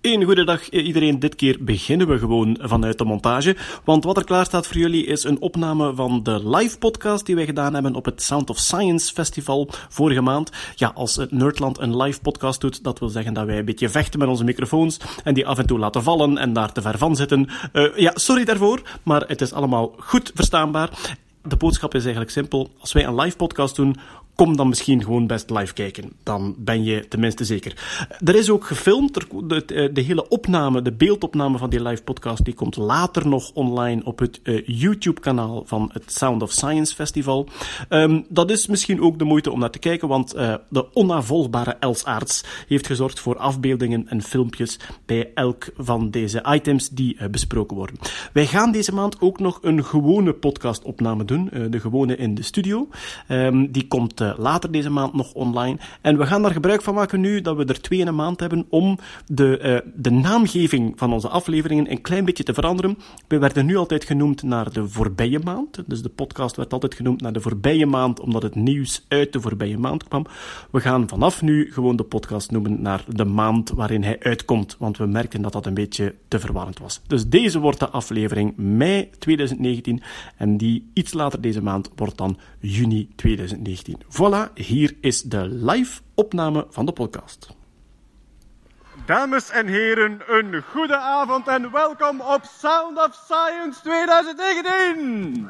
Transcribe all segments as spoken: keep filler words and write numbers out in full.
Een goede dag iedereen. Dit keer beginnen we gewoon vanuit de montage. Want wat er klaar staat voor jullie is een opname van de live podcast die wij gedaan hebben op het Sound of Science Festival vorige maand. Ja, als het Nerdland een live podcast doet, dat wil zeggen dat wij een beetje vechten met onze microfoons en die af en toe laten vallen en daar te ver van zitten. Uh, ja, sorry daarvoor, maar het is allemaal goed verstaanbaar. De boodschap is eigenlijk simpel. Als wij een live podcast doen, kom dan misschien gewoon best live kijken. Dan ben je tenminste zeker. Er is ook gefilmd. De, de hele opname, de beeldopname van die live podcast, die komt later nog online op het uh, YouTube-kanaal van het Sound of Science Festival. Um, dat is misschien ook de moeite om naar te kijken, want uh, de onnavolgbare Els Aarts heeft gezorgd voor afbeeldingen en filmpjes bij elk van deze items die uh, besproken worden. Wij gaan deze maand ook nog een gewone podcastopname doen. Uh, de gewone in de studio. Um, die komt uh, later deze maand nog online. En we gaan daar gebruik van maken nu dat we er twee in een maand hebben om de, uh, de naamgeving van onze afleveringen een klein beetje te veranderen. We werden nu altijd genoemd naar de voorbije maand. Dus de podcast werd altijd genoemd naar de voorbije maand, omdat het nieuws uit de voorbije maand kwam. We gaan vanaf nu gewoon de podcast noemen naar de maand waarin hij uitkomt, want we merkten dat dat een beetje te verwarrend was. Dus deze wordt de aflevering mei twintig negentien en die iets later deze maand wordt dan juni twintig negentien. Voilà, hier is de live opname van de podcast. Dames en heren, een goede avond en welkom op Sound of Science twintig negentien!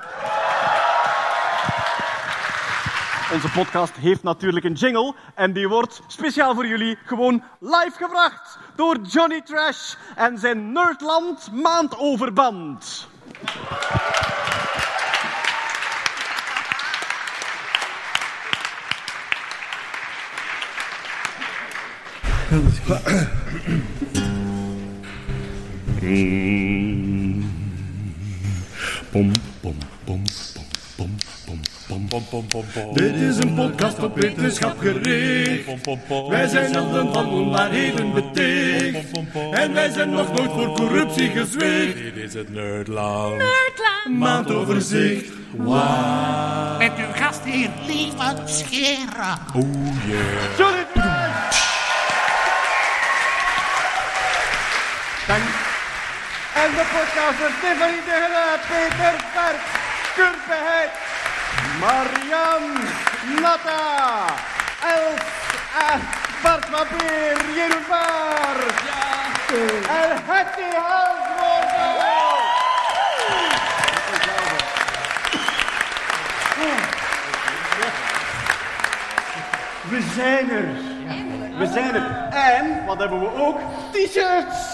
Onze podcast heeft natuurlijk een jingle en die wordt speciaal voor jullie gewoon live gebracht door Johnny Trash en zijn Nerdland maandoverband. Dat is goed. Pom, pom, pom, pom, pom, pom, pom, pom, pom, pom. Dit is een podcast op wetenschap gericht. Wij zijn helden van onwaarheden beticht. En wij zijn nog nooit voor corruptie gezwicht. Dit is het Nerdland. Nerdland. Maandoverzicht. Wow. Met uw gastheer Lieve Schera. Oh yeah. Johnny Trash! Dank. En de podcaster Tiffany de Hille, Peter Berg, Kurt Beheid, Marian, Natta, Els, uh, Bart Papier, Jeroen Baars. Ja. En Hetty Halswoorden. We zijn er. We zijn er. En, wat hebben we ook? T-shirts.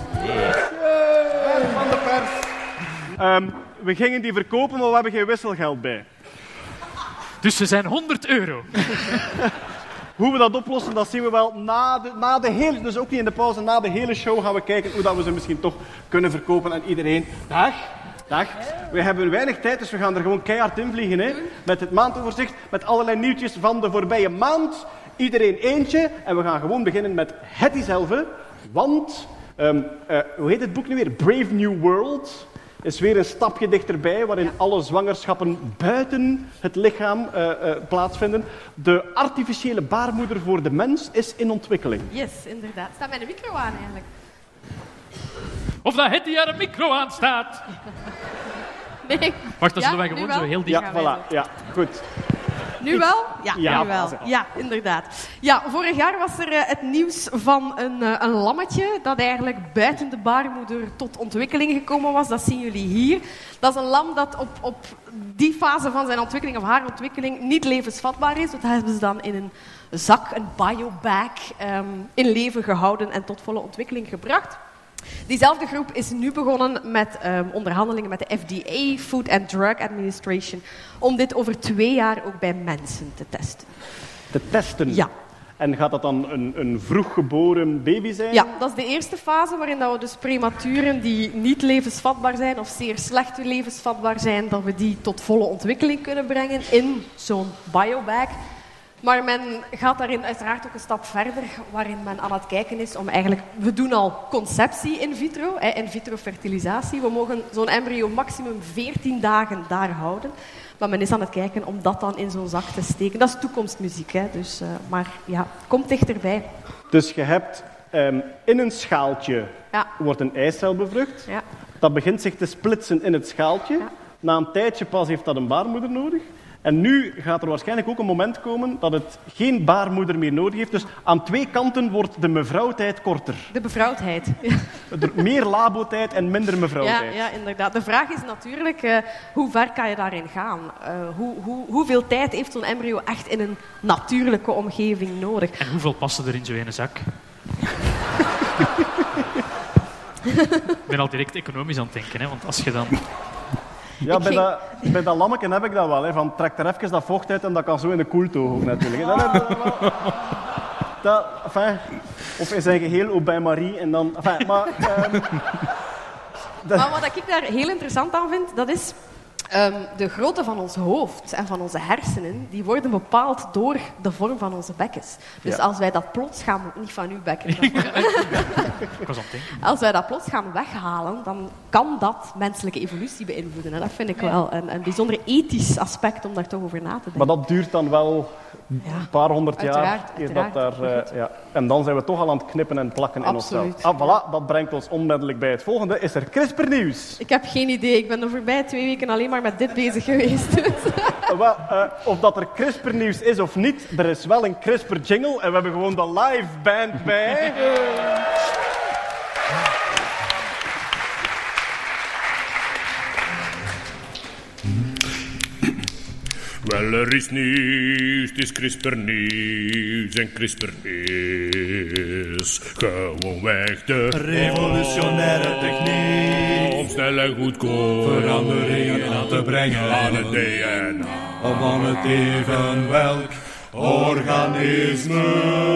Yeah. Van de pers. Um, we gingen die verkopen, maar we hebben geen wisselgeld bij. Dus ze zijn honderd euro. Hoe we dat oplossen, dat zien we wel na de, na de hele... Dus ook niet in de pauze, na de hele show gaan we kijken hoe dat we ze misschien toch kunnen verkopen aan iedereen. Dag. Dag. We hebben weinig tijd, dus we gaan er gewoon keihard in vliegen. Hè? Met het maandoverzicht, met allerlei nieuwtjes van de voorbije maand. Iedereen eentje. En we gaan gewoon beginnen met het diezelfde. Want... Um, uh, hoe heet het boek nu weer? Brave New World is weer een stapje dichterbij, waarin alle zwangerschappen buiten het lichaam uh, uh, plaatsvinden. De artificiële baarmoeder voor de mens is in ontwikkeling. Yes, inderdaad. Staat bij de micro aan eigenlijk. Of dat het die aan een micro aan staat. Nee. Wacht, dan ja, zullen wij gewoon zo heel dicht Ja, voilà. Ja, goed. Nu wel? Ja, Ja, nu wel. Ja, inderdaad. Ja, vorig jaar was er uh, het nieuws van een, uh, een lammetje dat eigenlijk buiten de baarmoeder tot ontwikkeling gekomen was. Dat zien jullie hier. Dat is een lam dat op, op die fase van zijn ontwikkeling, of haar ontwikkeling, niet levensvatbaar is. Dat hebben ze dan in een zak, een biobag, um, in leven gehouden en tot volle ontwikkeling gebracht. Diezelfde groep is nu begonnen met um, onderhandelingen met de F D A, Food and Drug Administration, om dit over twee jaar ook bij mensen te testen. Te testen? Ja. En gaat dat dan een, een vroeggeboren baby zijn? Ja, dat is de eerste fase waarin dat we dus prematuren die niet levensvatbaar zijn of zeer slecht levensvatbaar zijn, dat we die tot volle ontwikkeling kunnen brengen in zo'n biobag. Maar men gaat daarin uiteraard ook een stap verder, waarin men aan het kijken is om eigenlijk... We doen al conceptie in vitro, hè, in vitro fertilisatie. We mogen zo'n embryo maximum veertien dagen daar houden. Maar men is aan het kijken om dat dan in zo'n zak te steken. Dat is toekomstmuziek, hè, dus, uh, maar ja, komt dichterbij. Dus je hebt Um, in een schaaltje Ja. wordt een eicel bevrucht. Ja. Dat begint zich te splitsen in het schaaltje. Ja. Na een tijdje pas heeft dat een baarmoeder nodig. En nu gaat er waarschijnlijk ook een moment komen dat het geen baarmoeder meer nodig heeft. Dus aan twee kanten wordt de mevrouwtijd korter. De bevrouwdheid. Er meer labotijd en minder Ja, mevrouwtijd. ja, inderdaad. De vraag is natuurlijk, uh, hoe ver kan je daarin gaan? Uh, hoe, hoe, hoeveel tijd heeft zo'n embryo echt in een natuurlijke omgeving nodig? En hoeveel passen er in zo'n ene zak? Ik ben al direct economisch aan het denken, hè, want als je dan... Ja, Ik bij, ging- dat, bij dat lammeken heb ik dat wel. Hè, van, trek er even dat vocht uit en dat kan zo in de koeltoog ook natuurlijk. Hè. Dan heb je dat wel. Dat, enfin, of in zijn geheel ook bij Marie. En dan, enfin, maar, um, dat, Maar wat ik daar heel interessant aan vind, dat is um, de grootte van ons hoofd en van onze hersenen, die worden bepaald door de vorm van onze bekkens. Dus Ja. als wij dat plots gaan, niet van uw bekken, Ik was aan het denken. als wij dat plots gaan weghalen, dan kan dat menselijke evolutie beïnvloeden. En dat vind ik wel een, een bijzonder ethisch aspect om daar toch over na te denken. maar dat duurt dan wel een paar honderd jaar. Uiteraard, eer dat uiteraard. daar, uh, ja. En dan zijn we toch al aan het knippen en plakken in Absoluut. onszelf. Ah, voilà, dat brengt ons onmiddellijk bij het volgende. Is er CRISPR-nieuws? Ik heb geen idee. Ik ben de voorbije twee weken alleen maar met dit bezig geweest. Dus. Uh, wel, uh, of dat er CRISPR-nieuws is of niet, er is wel een CRISPR-jingle en we hebben gewoon de live band bij. Wel, er is nieuws, het is CRISPR-nieuws en CRISPR is gewoonweg de Revolutionaire techniek om snel en goedkoop veranderingen aan te brengen aan het D N A. om aan het even welk organisme.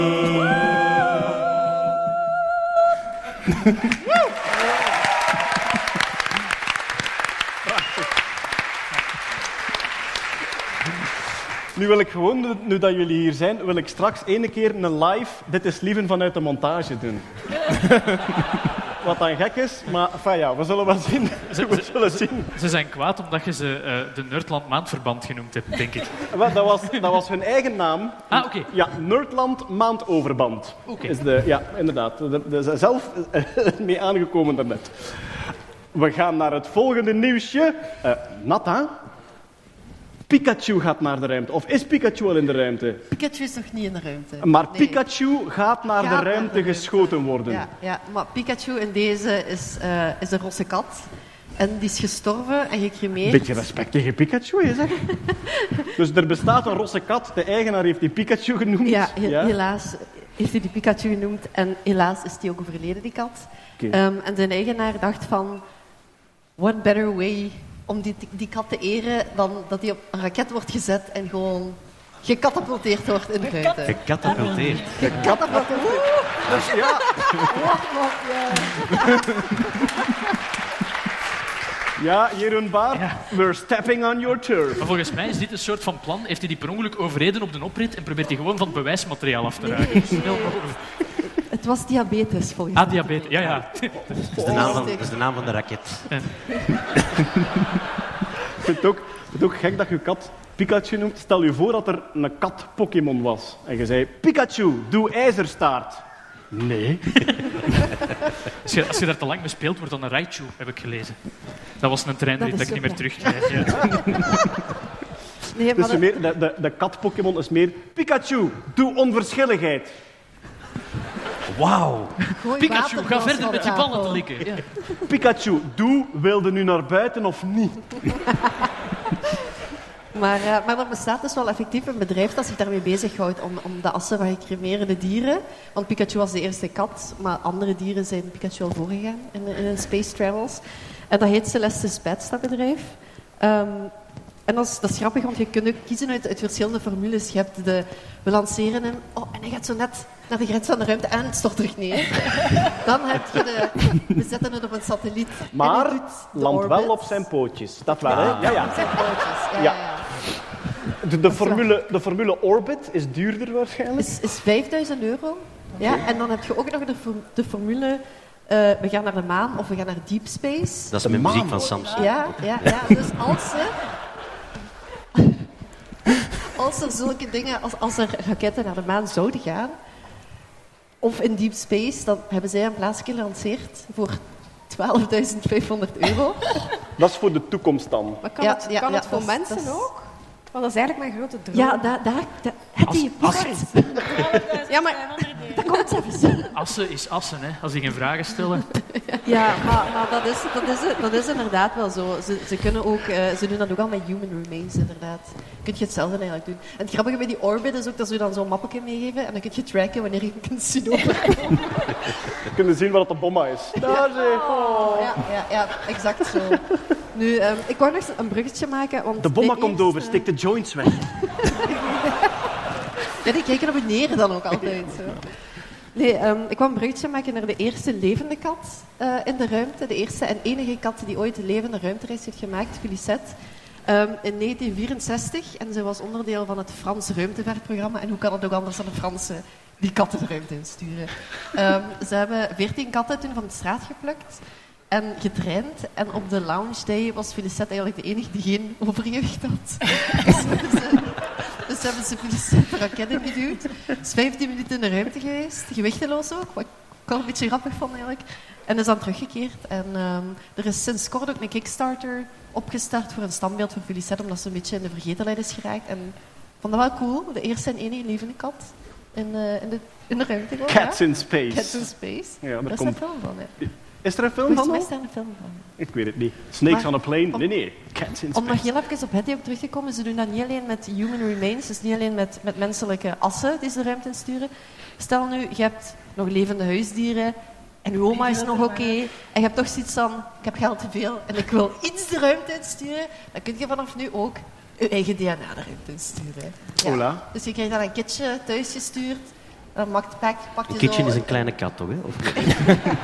Nu wil ik gewoon, nu- nu dat jullie hier zijn, wil ik straks ene keer een live Dit is Lieven vanuit de montage doen. Wat dan gek is, maar enfin ja, we zullen wel zien. We zullen zien. Ze zijn kwaad omdat je ze uh, de Nerdland Maandverband genoemd hebt, denk ik. Wel, Dat was, dat was hun eigen naam. Ah, oké. Ja, Nerdland Maandoverband. Oké. Is de, ja, inderdaad. Daar zijn zelf mee aangekomen daarnet. We gaan naar het volgende nieuwsje. Uh, Natta, Pikachu gaat naar de ruimte. Of is Pikachu al in de ruimte? Pikachu is nog niet in de ruimte. Maar Nee. Pikachu gaat naar Gaat de naar de ruimte ruimte. geschoten worden. Ja, ja, maar Pikachu in deze is, uh, is een rosse kat. En die is gestorven en gecremeerd. Beetje respect tegen Pikachu, hè, zeg. Dus er bestaat een rosse kat. De eigenaar heeft die Pikachu genoemd. Ja, he- helaas heeft hij die Pikachu genoemd. En helaas is die ook overleden, die kat. Oké. Um, en zijn eigenaar dacht van... What better way om die, die kat te eren dan dat hij op een raket wordt gezet en gewoon gecatapulteerd wordt in de ruimte. Gecatapulteerd. Gecatapulteerd. Dus ja, ja, Jeroen Baart, we're stepping on your turf. Maar volgens mij is dit een soort van plan. Heeft hij die per ongeluk overreden op de oprit en probeert hij gewoon van het bewijsmateriaal af te raken. Nee. Zo snel mogelijk. Het was diabetes, volgens Ah, mij. diabetes. Ja, ja. Dat is de naam van, dat is de, naam van de raket. Ik vind het ook, ik vind het ook gek dat je kat Pikachu noemt. Stel je voor dat er een kat-Pokémon was. En je zei, Pikachu, doe ijzerstaart. Nee. Als je, als je daar te lang mee speelt, wordt dan een Raichu, heb ik gelezen. Dat was een treinrit Dat dat is ik niet meer zo, terugkrijg. Ja. Nee, maar Dus dat- meer, de, de, de kat-Pokémon is meer, Pikachu, doe onverschilligheid. Wauw. gooi Pikachu, ga waterglas verder van met de je ballen te tafel. likken. Ja. Pikachu, doe, wilde nu naar buiten of niet? Maar, uh, maar er bestaat dus wel effectief een bedrijf dat zich daarmee bezighoudt om, om de assen van gecremeerde dieren. Want Pikachu was de eerste kat, maar andere dieren zijn Pikachu al voorgegaan in, in hun space travels. En dat heet Celestis Pets, dat bedrijf. Um, en dat is, dat is grappig, want je kunt ook kiezen uit, uit verschillende formules. Je hebt de, we lanceren hem, oh, en hij gaat zo net naar de grens van de ruimte en het stort terug neer. Dan heb je de, we zetten het op een satelliet. en Maar die doet de land wel orbit. op zijn pootjes. Dat wel, hè? Ja, ja. Op zijn pootjes, ja, Ja. ja. ja. De, de, formule, de formule Orbit is duurder waarschijnlijk. Is, is vijfduizend euro. Ja, en dan heb je ook nog de, for- de formule... uh, we gaan naar de maan of we gaan naar deep space. Dat is met muziek van Samsung. Ja, ja, ja. Dus als ze... Als er zulke dingen... Als, als er raketten naar de maan zouden gaan... of in Deep Space, dan hebben zij een plaatsje gelanceerd voor twaalfduizend vijfhonderd euro. Dat is voor de toekomst dan. Maar kan Ja, het, ja, kan ja, het voor dat is- mensen dat is- ook? Want dat is eigenlijk mijn grote droom. Ja, daar, daar, daar heb je je paard. Ja, maar Dat komt zelfs. Assen is assen, hè, als die geen vragen stellen. Ja, maar, maar dat, is, dat, is, dat is inderdaad wel zo. Ze, ze, kunnen ook, uh, ze doen dat ook al met human remains, inderdaad. Kun je hetzelfde eigenlijk doen. En het grappige bij die orbit is ook dat ze je dan zo'n mappetje meegeven en dan kun je tracken wanneer je kunt zien overkomen. We kunnen zien wat de bomma is. Daar zie je. Oh. Ja, ja, ja, exact zo. Nu, um, ik wou nog een bruggetje maken. Want De bomma de komt eerste- over, steek de joints weg. Ja, die kijken naar beneden dan ook altijd. Zo. Nee, um, ik wou een bruggetje maken naar de eerste levende kat uh, in de ruimte. De eerste en enige kat die ooit een levende ruimtereis heeft gemaakt, Felicette. Um, in negentien vierenzestig. En ze was onderdeel van het Frans ruimtevaartprogramma. En hoe kan het ook anders dan de Fransen die katten de ruimte insturen? Um, ze hebben veertien katten toen van de straat geplukt en getraind. En op de launch day was Felicette eigenlijk de enige die geen overgewicht had. Dus hebben ze, dus hebben ze Felicette de raket ingeduwd. Is vijftien minuten in de ruimte geweest. Gewichteloos ook, wat ik wel een beetje grappig vond eigenlijk. En is dan teruggekeerd. En um, er is sinds kort ook een Kickstarter opgestart voor een standbeeld voor Felicette, omdat ze een beetje in de vergetelheid is geraakt. En ik vond dat wel cool. De eerste en enige levende kat in, uh, in, de, in de ruimte. Gewoon, Cats ja? in Space. Cats in Space. Ja, daar daar is komt... een film van, hè. Is er een film Volgens van? mij al? is daar een film van. Ik weet het niet. Snakes Maar- on a plane? om- Nee, nee. Cats in Om Space. nog heel even op Hetty ook terug te komen, ze doen dat niet alleen met human remains, dus niet alleen met, met menselijke assen die ze de ruimte insturen. Stel nu, je hebt nog levende huisdieren en uw oma is nog oké, okay, en je hebt toch zoiets van, ik heb geld te veel en ik wil iets de ruimte insturen, dan kun je vanaf nu ook je eigen D N A de ruimte insturen. Ja. Hola. Dus je krijgt dan een kitje thuis gestuurd, dan maakt pak, pak je Een kitchen zo... is een kleine kat, toch? Hè? Of niet?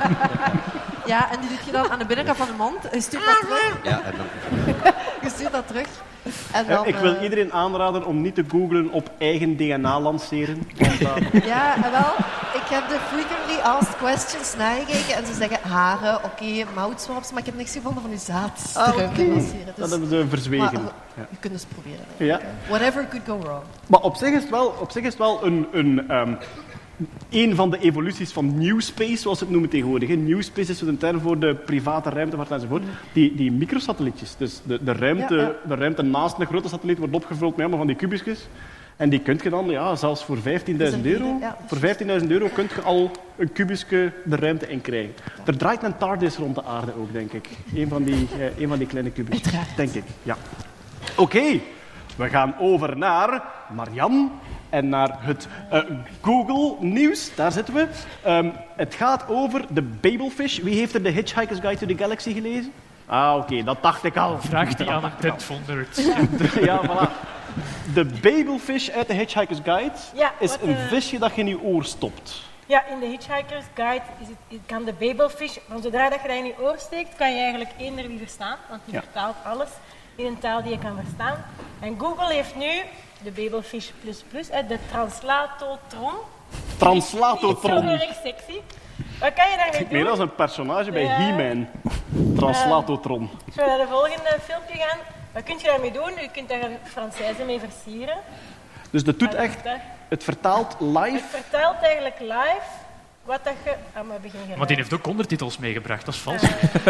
Ja, en die doet je dan aan de binnenkant van de mond, je stuurt dat terug, Ja, en dan... je stuurt dat terug. En Ja, dan, ik wil eh, iedereen aanraden om niet te googlen op eigen D N A lanceren. Want dat... Ja, en wel, ik heb de frequently asked questions nagekeken en ze zeggen haren, oké, okay, mouthswaps, maar ik heb niks gevonden van uw zaad. Ah, te ruimte oké. lanceren. Dus, Dat hebben ze verzwegen. maar, Ja. je kunt eens proberen. Ja. Whatever could go wrong. Maar op zich is het wel, op zich is het wel een, een, um, een van de evoluties van New Space, zoals ze het noemen tegenwoordig. Hè. New Space is een term voor de private ruimtevaart enzovoort. Die, die microsatellietjes, dus de, de, ruimte, Ja, ja. de ruimte naast een grote satelliet wordt opgevuld met allemaal van die kubusjes. En die kun je dan, ja, zelfs voor vijftienduizend Dat is een euro, reden, ja, dat is voor vijftienduizend euro kun je al een kubusje de ruimte in krijgen. Er draait een TARDIS rond de aarde ook, denk ik. Een van die, eh, een van die kleine kubusjes. Uiteraard. Denk ik, ja. Oké, we gaan over naar Marianne en naar het uh, Google-nieuws. Daar zitten we. Um, het gaat over de Babelfish. Wie heeft er de Hitchhiker's Guide to the Galaxy gelezen? Ah, oké, okay, dat dacht ik al. Vraag die aan een tentvonderd. Ja, voilà. De Babelfish uit de Hitchhiker's Guide Ja, is wat, een eh, visje dat je in je oor stopt. Ja, in de Hitchhiker's Guide is het, het kan de Babelfish, van zodra dat je dat in je oor steekt, kan je eigenlijk eender wie verstaan, want die Ja. vertaalt alles in een taal die je kan verstaan. En Google heeft nu de Babelfish plus plus, hè, de Translatotron. Translatotron. Niet zo erg sexy. Wat kan je daarmee Ik meen doen? als een personage bij Ja. He-Man. Translatotron. Als we naar de volgende filmpje gaan, wat kun je daarmee doen? Je kunt daar Française mee versieren. Dus dat doet echt, het vertaalt live. Het vertelt eigenlijk live wat dat je... Ah, maar begin Maar die heeft ook ondertitels meegebracht, dat is vals.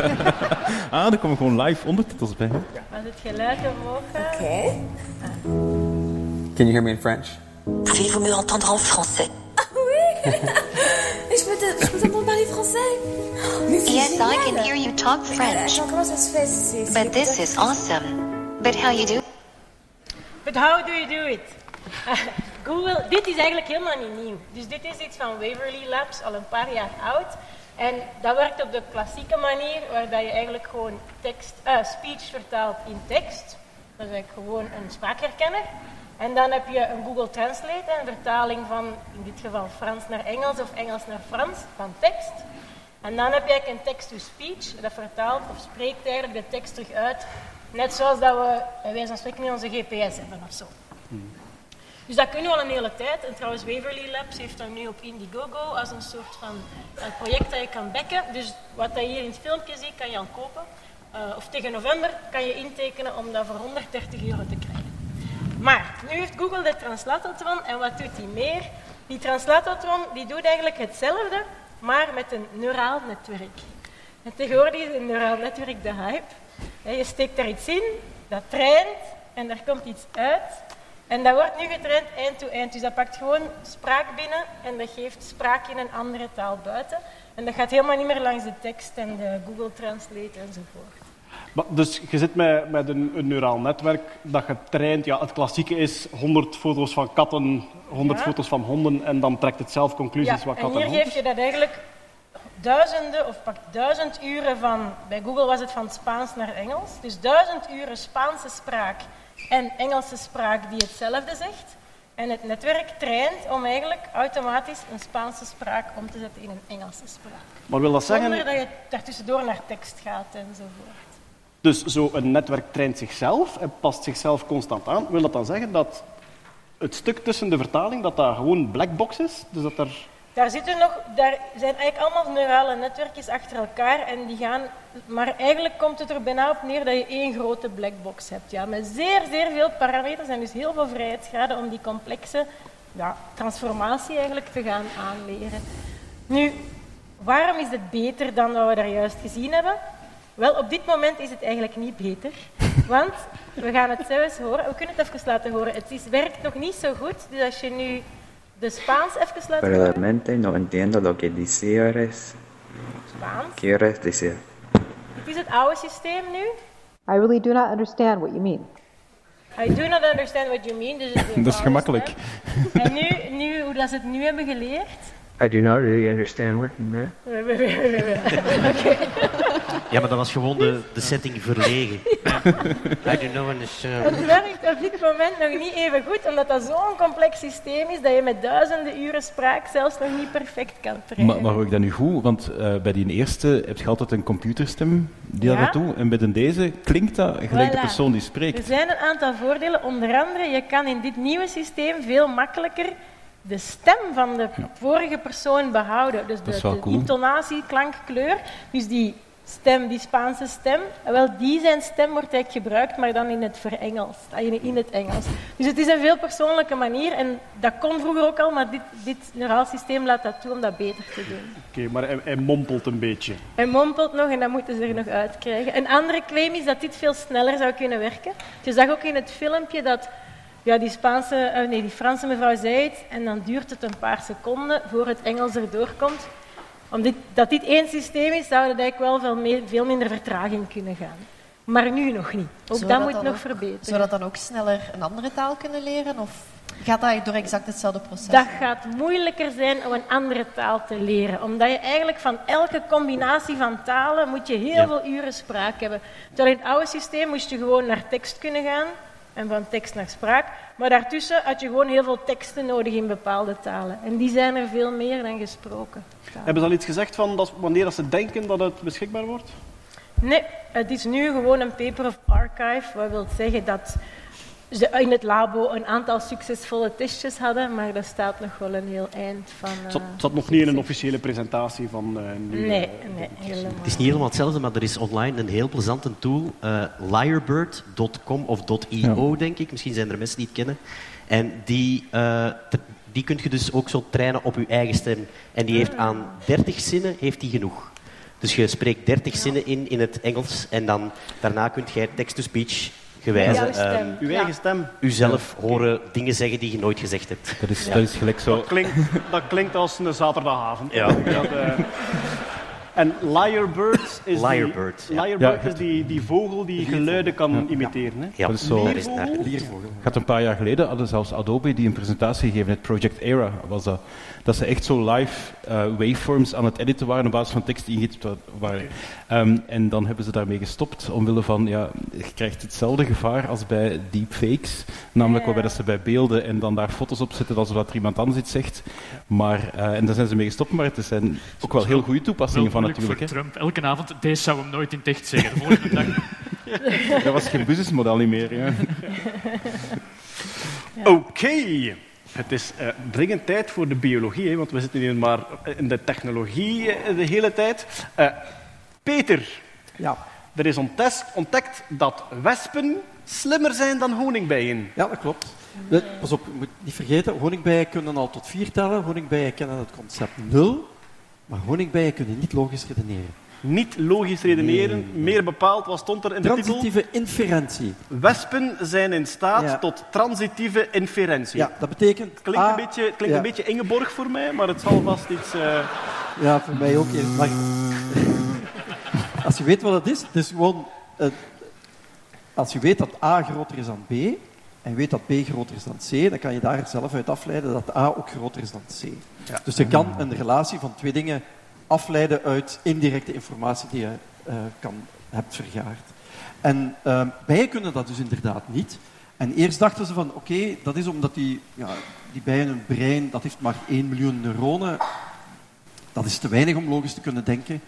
Ah, er komen gewoon live ondertitels bij. Als het geluid omhoog gaat... Okay. Can you hear me in French? Pouvez-vous me entendre en français? Ah oui. Je peux te, je peux t'entendre parler français. Mais c'est Yes, I génial. can hear you talk French. Attends, comment ça se fait? C'est- c'est But les this écouteurs is qui- awesome. But how you do? But how do you do it? Google, dit is eigenlijk helemaal niet nieuw. Dus dit is iets van Waverly Labs, al een paar jaar oud. En dat werkt op de klassieke manier, waar dat je eigenlijk gewoon tekst, uh, speech vertaalt in tekst. Dat is eigenlijk gewoon een spraakherkenner. En dan heb je een Google Translate, een vertaling van, in dit geval Frans naar Engels of Engels naar Frans, van tekst. En dan heb je eigenlijk een text-to-speech, dat vertaalt of spreekt eigenlijk de tekst terug uit. Net zoals dat we bij wijze van spreken in onze G P S hebben of zo. Dus dat kunnen we al een hele tijd. En trouwens, Waverly Labs heeft dat nu op Indiegogo als een soort van uh, project dat je kan backen. Dus wat je hier in het filmpje ziet, kan je al kopen. Uh, of tegen november kan je intekenen om dat voor honderddertig euro te krijgen. Maar nu heeft Google de Translatotron en wat doet hij meer? Die translatotron die doet eigenlijk hetzelfde, maar met een neuraal netwerk. En tegenwoordig is een neuraal netwerk de hype. Je steekt daar iets in, dat traint en daar komt iets uit. En dat wordt nu getraind eind-to-eind. Dus dat pakt gewoon spraak binnen en dat geeft spraak in een andere taal buiten. En dat gaat helemaal niet meer langs de tekst en de Google Translate enzovoort. Maar dus je zit met, met een, een neuraal netwerk dat je traint. Ja, het klassieke is honderd foto's van katten, honderd Ja. foto's van honden en dan trekt het zelf conclusies Ja, wat en kat en hier hond geef je dat eigenlijk duizenden of pak duizend uren van, bij Google was het van Spaans naar Engels, dus duizend uren Spaanse spraak en Engelse spraak die hetzelfde zegt. En het netwerk traint om eigenlijk automatisch een Spaanse spraak om te zetten in een Engelse spraak. Maar wil dat zeggen... Zonder dat je daartussendoor naar tekst gaat enzovoort. Dus zo'n netwerk traint zichzelf en past zichzelf constant aan. Wil dat dan zeggen dat het stuk tussen de vertaling, dat dat gewoon blackbox is? Dus dat er... Daar zitten nog, daar zijn eigenlijk allemaal neurale netwerkjes achter elkaar en die gaan, maar eigenlijk komt het er bijna op neer dat je één grote blackbox hebt, ja, met zeer, zeer veel parameters en dus heel veel vrijheidsgraden om die complexe ja, transformatie eigenlijk te gaan aanleren. Nu, waarom is het beter dan wat we daar juist gezien hebben? Wel, op dit moment is het eigenlijk niet beter, want we gaan het zelfs horen, we kunnen het even laten horen, het is, werkt nog niet zo goed, dus als je nu de Spaans even laat horen. Realmente no entiendo lo que dices. Spaans. Quieres decir. Dit is het oude systeem nu. I really do not understand what you mean. I do not understand what you mean. Dus het Dat is gemakkelijk. stem. En nu, nu, hoe dat ze het nu hebben geleerd. I do not really understand what you mean. Oké. Ja, maar dat was gewoon de, de setting verlegen. I do not understand. Het werkt op dit moment nog niet even goed, omdat dat zo'n complex systeem is dat je met duizenden uren spraak zelfs nog niet perfect kan trainen. Maar, maar hoor ik dat nu goed? Want uh, bij die eerste heb je altijd een computerstem die Ja. dat doet. En bij de deze klinkt dat gelijk de Voilà. persoon die spreekt. Er zijn een aantal voordelen. Onder andere, je kan in dit nieuwe systeem veel makkelijker de stem van de vorige persoon behouden. Dus Dat de, is wel de cool. intonatie, klank, kleur. Dus die stem, die Spaanse stem, wel die zijn stem wordt eigenlijk gebruikt, maar dan in het verengels, in, in het Engels. Dus het is een veel persoonlijke manier en dat kon vroeger ook al, maar dit, dit neuraal systeem laat dat toe om dat beter te doen. Oké, okay, maar hij, hij mompelt een beetje. Hij mompelt nog en dat moeten ze er nog uitkrijgen. Een andere claim is dat dit veel sneller zou kunnen werken. Je zag ook in het filmpje dat ja, die, Spaanse, uh, nee, die Franse mevrouw zei het en dan duurt het een paar seconden voor het Engels erdoor komt. Omdat dit, dit één systeem is, zou dat eigenlijk wel veel, meer, veel minder vertraging kunnen gaan. Maar nu nog niet. Ook Zou dat, dat moet dan nog ook- verbeteren. Zou dat dan ook sneller een andere taal kunnen leren? Of gaat dat door exact hetzelfde proces? Dat gaat moeilijker zijn om een andere taal te leren. Omdat je eigenlijk van elke combinatie van talen moet je heel Ja. veel uren spraak hebben. Terwijl in het oude systeem moest je gewoon naar tekst kunnen gaan. En van tekst naar spraak. Maar daartussen had je gewoon heel veel teksten nodig in bepaalde talen. En die zijn er veel meer dan gesproken. Hebben ze al iets gezegd van dat, wanneer dat ze denken dat het beschikbaar wordt? Nee, het is nu gewoon een paper of archive. Wat wil zeggen dat ze in het labo een aantal succesvolle testjes hadden, maar dat staat nog wel een heel eind van... Het Uh, zat, het zat nog niet in een officiële presentatie van uh, nu. nee, uh, nee, helemaal. Het is niet helemaal hetzelfde, maar er is online een heel plezante tool, uh, liarbird dot com of .io, denk ik. Misschien zijn er mensen die het kennen. En die, uh, t- die kun je dus ook zo trainen op je eigen stem. En die heeft aan dertig zinnen heeft die genoeg. Dus je spreekt dertig zinnen in in het Engels en dan daarna kun je text-to-speech gewijze Jouw stem. ehm, Uw eigen stem. uzelf horen dingen zeggen die je nooit gezegd hebt. Dat is, Ja. dat is gelijk zo. Dat klinkt, dat klinkt als een zaterdagavond. Ja. Dat, uh, en Lyrebird is, Lyrebird, die, ja. Lyrebird Ja, is die, die vogel die geluiden kan imiteren. Hè? Ja, dat is zo. daar is het naar. Gaat een paar jaar geleden hadden zelfs Adobe die een presentatie gegeven, het Project Era was dat. Dat ze echt zo live uh, waveforms aan het editen waren op basis van tekst die ingetypt waren. Um, en dan hebben ze daarmee gestopt, omwille van, ja, je krijgt hetzelfde gevaar als bij deepfakes. Namelijk waarbij dat ze bij beelden en dan daar foto's op zetten alsof er iemand anders iets zegt. Maar, uh, en daar zijn ze mee gestopt, maar het zijn ook wel heel goede toepassingen van Wel natuurlijk. moeilijk Hè. voor Trump. Elke avond, deze zou hem nooit in het echt zeggen. De volgende dag... Dat was geen businessmodel niet meer. Ja. Oké. Okay. Het is uh, dringend tijd voor de biologie, hè, want we zitten hier maar in de technologie uh, de hele tijd. Uh, Peter, ja. er is ontest, ontdekt dat wespen slimmer zijn dan honingbijen. Ja, dat klopt. De, pas op, je moet niet vergeten, honingbijen kunnen al tot vier tellen. Honingbijen kennen het concept nul. Maar honingbijen kunnen niet logisch redeneren. Niet logisch redeneren, nee. Meer bepaald, wat stond er in de titel? Transitieve inferentie. Wespen zijn in staat ja. tot transitieve inferentie. Ja, dat betekent... Klinkt, A, een, beetje, klinkt ja. een beetje Ingeborg voor mij, maar het zal vast iets... Uh... Ja, voor mij ook. Maar... Als je weet wat het is, het is gewoon... Uh, als je weet dat A groter is dan B, en je weet dat B groter is dan C, dan kan je daar zelf uit afleiden dat A ook groter is dan C. Ja. Dus je kan een relatie van twee dingen afleiden uit indirecte informatie die je uh, kan, hebt vergaard. En uh, bijen kunnen dat dus inderdaad niet. En eerst dachten ze van, oké, okay, dat is omdat die, ja, die bijen, hun brein, dat heeft maar één miljoen neuronen. Dat is te weinig om logisch te kunnen denken.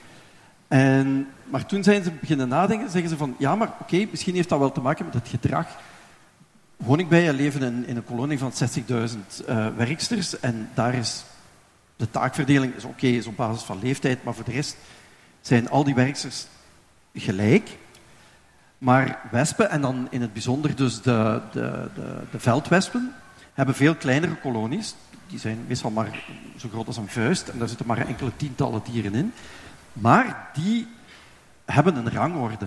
En, maar toen zijn ze beginnen nadenken, zeggen ze van, ja, maar oké, okay, misschien heeft dat wel te maken met het gedrag. Honingbijen leven in, in een kolonie van zestigduizend uh, werksters en daar is de taakverdeling is oké, okay, is op basis van leeftijd, maar voor de rest zijn al die werksters gelijk. Maar wespen, en dan in het bijzonder dus de, de, de, de veldwespen, hebben veel kleinere kolonies. Die zijn meestal maar zo groot als een vuist en daar zitten maar enkele tientallen dieren in. Maar die hebben een rangorde.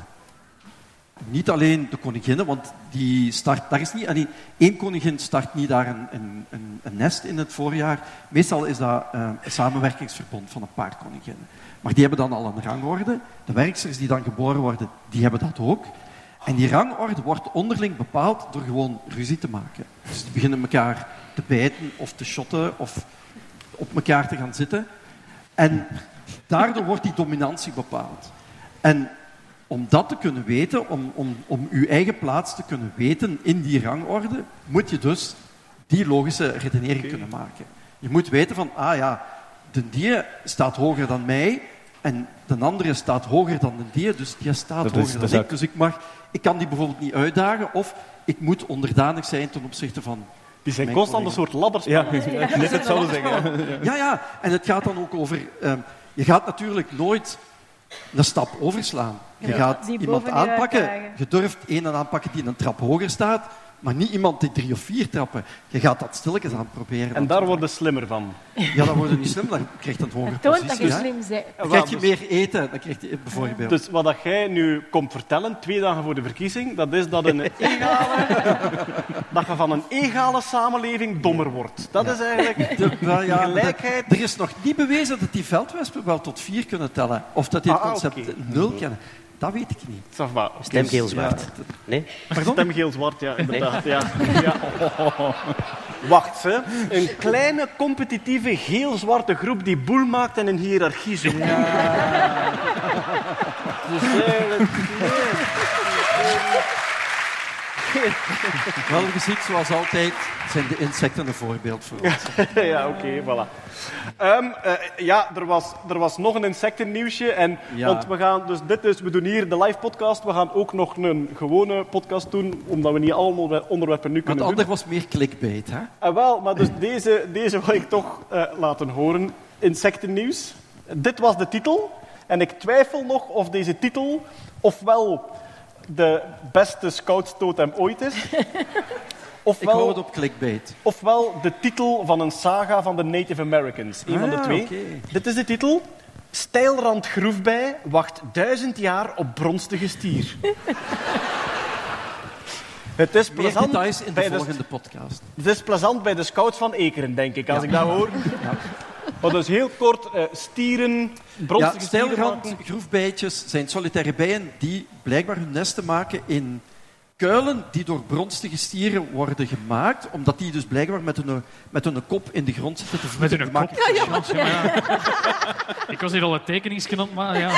Niet alleen de koninginnen, want die start, daar is niet alleen één koningin start niet daar een, een, een, een nest in het voorjaar. Meestal is dat uh, een samenwerkingsverbond van een paar koninginnen. Maar die hebben dan al een rangorde. De werksters die dan geboren worden, die hebben dat ook. En die rangorde wordt onderling bepaald door gewoon ruzie te maken. Dus die beginnen elkaar te bijten of te shotten of op elkaar te gaan zitten. En daardoor wordt die dominantie bepaald. En om dat te kunnen weten, om, om, om uw eigen plaats te kunnen weten in die rangorde, moet je dus die logische redenering okay. kunnen maken. Je moet weten van, ah ja, de die staat hoger dan mij en de andere staat hoger dan de die, dus die staat dat hoger is, dan ik. Dus ik, mag, ik kan die bijvoorbeeld niet uitdagen of ik moet onderdanig zijn ten opzichte van... Die zijn constant een soort ladders. Ja, ja, net hetzelfde zeggen. Ja. ja, ja, en het gaat dan ook over... Um, je gaat natuurlijk nooit een stap overslaan. Je ja. gaat die iemand aanpakken. Je durft een aanpakken die een trap hoger staat, maar niet iemand die drie of vier trappen. Je gaat dat stilletjes aan proberen. En daar worden slimmer van. Ja, dan word je niet slim, dan krijg je een hogere positie. Dat je ja? slim bent. Dan krijg je meer eten, dan krijg je bijvoorbeeld. Dus wat dat jij nu komt vertellen, twee dagen voor de verkiezing, dat is dat, een egale, dat je van een egale samenleving dommer wordt. Dat ja. is eigenlijk de, well, ja, gelijkheid. Er is nog niet bewezen dat die veldwespen wel tot vier kunnen tellen. Of dat die het ah, concept okay. nul kennen. Dat weet ik niet. Okay. Stemgeel-zwart. Ja, nee? Stemgeel-zwart, ja, inderdaad. Nee. Ja. Ja. Wacht, hè. Een kleine, competitieve, geel-zwarte groep die boel maakt en een hiërarchie zoekt. Ja. Dus eigenlijk... Wel, je ziet, zoals altijd, zijn de insecten een voorbeeld voor ons. Ja, oké, okay, voilà. Um, uh, ja, er was, er was nog een insectennieuwsje. En, ja. Want we gaan, dus dit is, we doen hier de live podcast. We gaan ook nog een gewone podcast doen, omdat we niet allemaal onderwerpen nu kunnen doen. Want anders was meer clickbait, hè? Uh, wel, maar dus deze, deze wil ik toch uh, laten horen. Insectennieuws. Dit was de titel. En ik twijfel nog of deze titel ofwel de beste scoutstotem ooit is. Ofwel, ik hou het op clickbait. Ofwel de titel van een saga van de Native Americans. Eén ah, van de twee. Okay. Dit is de titel. Steilrand groefbij wacht duizend jaar op bronstige stier. Het is plezant. Meer details in de bij volgende de, podcast. Het is plezant bij de scouts van Ekeren, denk ik, als ja. ik dat hoor. Ja. Maar dus heel kort, uh, stieren, bronstige ja, stieren steilrand groefbijtjes zijn solitaire bijen die blijkbaar hun nesten maken in kuilen die door bronstige stieren worden gemaakt, omdat die dus blijkbaar met hun, met hun kop in de grond zitten te vroeten. Met hun kop? Ja, ja, maar... ja, ja. Ik was hier al een tekeningsje aan het maken, ja.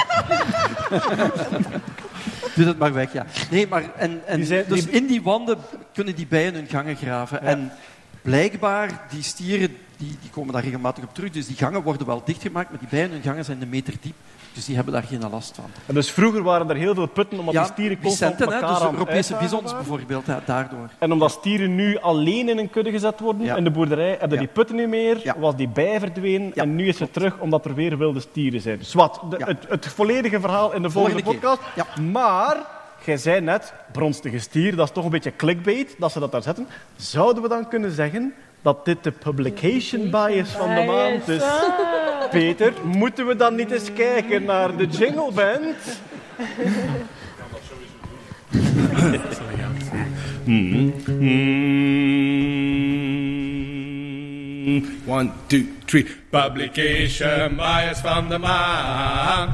Doe dat maar weg, ja. Nee, maar en, en die zijn, dus die... in die wanden kunnen die bijen hun gangen graven. Ja. En blijkbaar, die stieren, die, die komen daar regelmatig op terug, dus die gangen worden wel dichtgemaakt, maar die bijen hun gangen zijn een meter diep. Dus die hebben daar geen last van. En dus vroeger waren er heel veel putten, omdat ja, die stieren constant Vicenten, elkaar dus aan Europese bizons bijvoorbeeld, ja, daardoor. En omdat stieren nu alleen in een kudde gezet worden, ja. in de boerderij, hebben ja. die putten niet meer, ja. was die bij verdwenen, ja. en nu is het terug, omdat er weer wilde stieren zijn. Dus wat, de, ja. het, het volledige verhaal in de volgende, volgende podcast. Ja. Maar, jij zei net, bronstige stier, dat is toch een beetje clickbait, dat ze dat daar zetten. Zouden we dan kunnen zeggen dat dit de publication bias van de maand is? Peter, moeten we dan niet eens kijken naar de Jingle Band? One, two, three. Publication bias van de maand.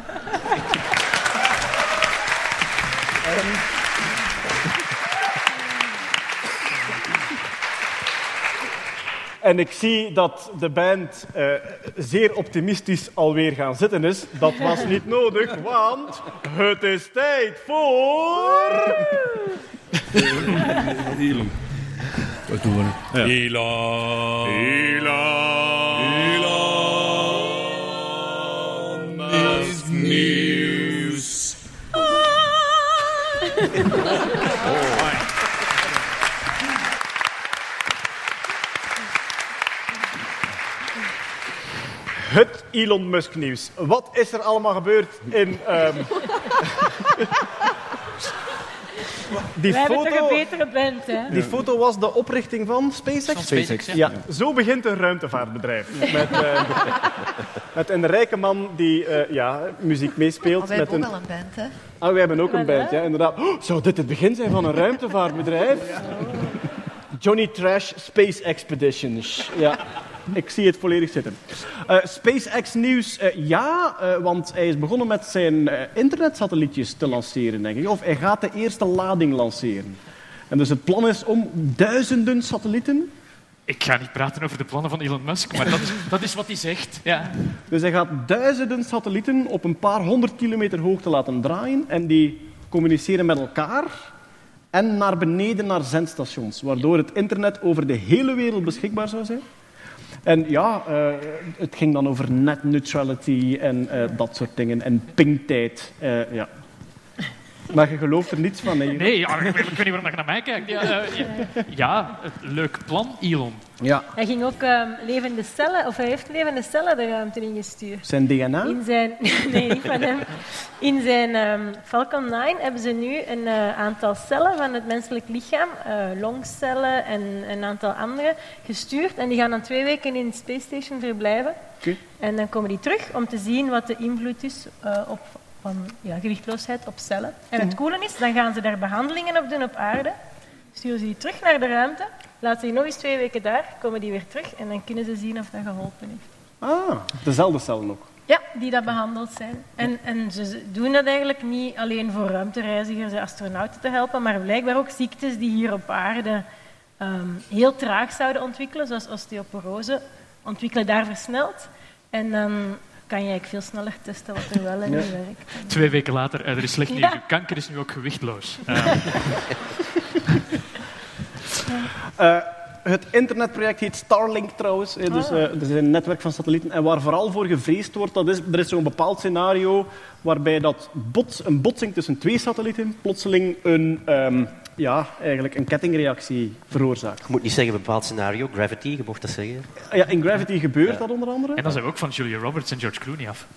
En ik zie dat de band uh, zeer optimistisch alweer gaan zitten is. Dat was niet nodig, want het is tijd voor... Elon. Wat doen we nu? Ja. Elon. Elon. Elon. Musk Nieuws. Het Elon Musk nieuws. Wat is er allemaal gebeurd in... Um... Die We foto, hebben toch een betere band, hè? Die foto was de oprichting van SpaceX? Van SpaceX, ja. Ja, zo begint een ruimtevaartbedrijf. Met, uh, met een rijke man die uh, ja, muziek meespeelt. Maar wij met hebben ook een... al een band, hè? Ah, wij hebben ook een band, ja, inderdaad. Oh, zou dit het begin zijn van een ruimtevaartbedrijf? Johnny Trash Space Expeditions. Ja, ik zie het volledig zitten. Uh, SpaceX nieuws, uh, ja, uh, want hij is begonnen met zijn uh, internetsatellietjes te lanceren, denk ik. Of hij gaat de eerste lading lanceren. En dus het plan is om duizenden satellieten... Ik ga niet praten over de plannen van Elon Musk, maar dat is, dat is wat hij zegt. Ja. Dus hij gaat duizenden satellieten op een paar honderd kilometer hoogte laten draaien en die communiceren met elkaar en naar beneden naar zendstations, waardoor het internet over de hele wereld beschikbaar zou zijn. En ja, uh, het ging dan over net neutrality en uh, dat soort dingen. En pingtijd. Uh, ja. Maar je gelooft er niets van, hè? Nee, ja, ik weet niet waarom je naar mij kijkt. Ja, uh, ja, ja, het leuk plan, Elon. Ja. Hij ging ook um, levende cellen, of hij heeft levende cellen de ruimte ingestuurd. Zijn D N A? In zijn, nee, niet van hem. In zijn um, Falcon nine hebben ze nu een uh, aantal cellen van het menselijk lichaam, uh, longcellen en een aantal andere, gestuurd. En die gaan dan twee weken in de Space Station verblijven. Okay. En dan komen die terug om te zien wat de invloed is uh, op van ja, gewichtloosheid op cellen. En het coole is, dan gaan ze daar behandelingen op doen op aarde, sturen ze die terug naar de ruimte, laten ze die nog eens twee weken daar, komen die weer terug en dan kunnen ze zien of dat geholpen heeft. Ah, dezelfde cellen ook. Ja, die dat behandeld zijn. En, en ze doen dat eigenlijk niet alleen voor ruimtereizigers en astronauten te helpen, maar blijkbaar ook ziektes die hier op aarde um, heel traag zouden ontwikkelen, zoals osteoporose, ontwikkelen daar versneld. En dan kan je eigenlijk veel sneller testen wat er wel en niet ja. werkt. Twee weken later, er is slecht nieuws. Ja. Kanker is nu ook gewichtloos. Uh. uh, het internetproject heet Starlink trouwens. Dus, uh, dat is een netwerk van satellieten. En waar vooral voor gevreesd wordt, dat is, er is zo'n bepaald scenario waarbij dat bots, een botsing tussen twee satellieten plotseling een, um, ja, eigenlijk een kettingreactie veroorzaakt. Je moet niet zeggen een bepaald scenario, Gravity, je mocht dat zeggen. Ja, in Gravity gebeurt ja. dat onder andere. En dan zijn we ook van Julia Roberts en George Clooney af.